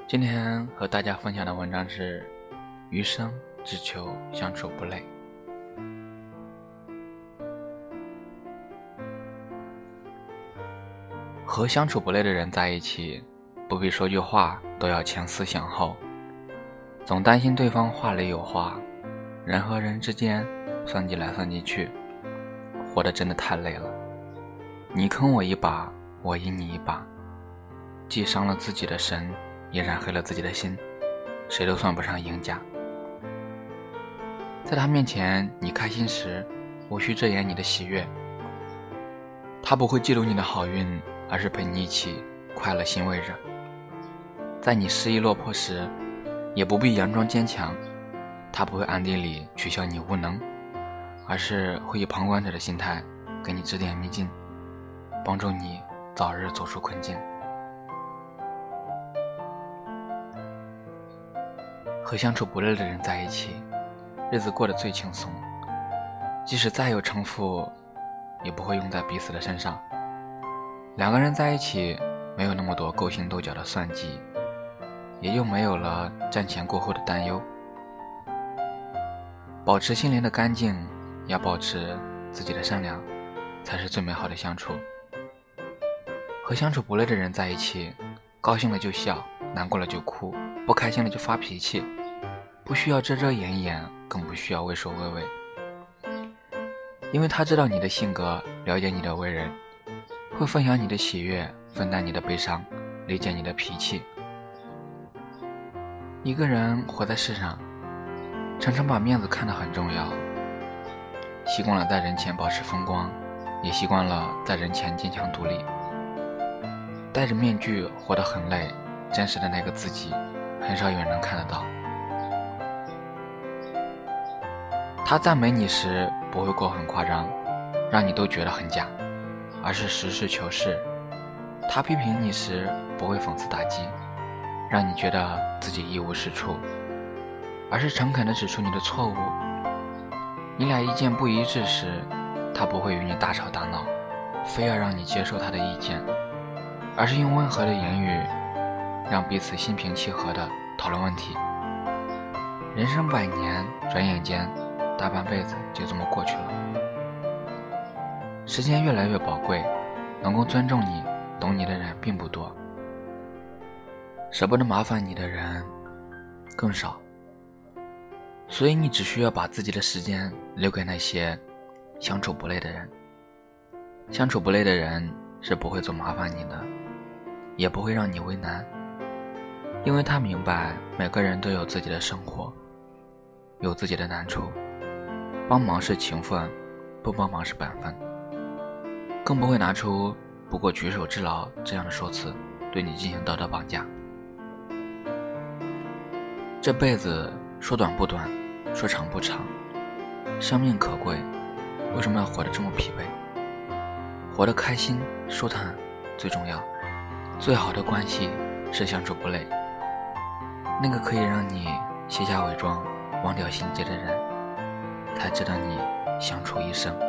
今天和大家分享的文章是余生只求相处不累。和相处不累的人在一起，不必说句话都要前思想后，总担心对方话里有话，人和人之间算计来算计去，活得真的太累了。你坑我一把，我阴你一把，既伤了自己的神，也染黑了自己的心，谁都算不上赢家。在他面前你开心时，无需遮掩你的喜悦，他不会嫉妒你的好运，而是陪你一起快乐欣慰着。在你失意落魄时，也不必佯装坚强，他不会暗地里取笑你无能，而是会以旁观者的心态给你指点迷津，帮助你早日走出困境。和相处不累的人在一起，日子过得最轻松，即使再有城府，也不会用在彼此的身上。两个人在一起，没有那么多勾心斗角的算计，也就没有了瞻前顾后的担忧。保持心灵的干净，要保持自己的善良，才是最美好的相处。和相处不累的人在一起，高兴了就笑，难过了就哭，不开心了就发脾气，不需要遮遮掩掩，更不需要畏首畏尾，因为他知道你的性格，了解你的为人，会分享你的喜悦，分担你的悲伤，理解你的脾气。一个人活在世上，常常把面子看得很重要，习惯了在人前保持风光，也习惯了在人前坚强独立。戴着面具活得很累，真实的那个自己很少有人能看得到。他赞美你时不会过很夸张，让你都觉得很假，而是实事求是。他批评你时不会讽刺打击，让你觉得自己一无是处，而是诚恳地指出你的错误。你俩意见不一致时，他不会与你大吵大闹，非要让你接受他的意见，而是用温和的言语让彼此心平气和地讨论问题。人生百年，转眼间大半辈子就这么过去了。时间越来越宝贵，能够尊重你懂你的人并不多，舍不得麻烦你的人更少，所以你只需要把自己的时间留给那些相处不累的人。相处不累的人是不会做麻烦你的，也不会让你为难，因为他明白每个人都有自己的生活，有自己的难处，帮忙是情分，不帮忙是本分，更不会拿出不过举手之劳这样的说辞对你进行道德绑架。这辈子说短不短，说长不长，生命可贵，为什么要活得这么疲惫？活得开心舒坦最重要，最好的关系是相处不累，那个可以让你卸下伪装忘掉心结的人，才值得你相处一生。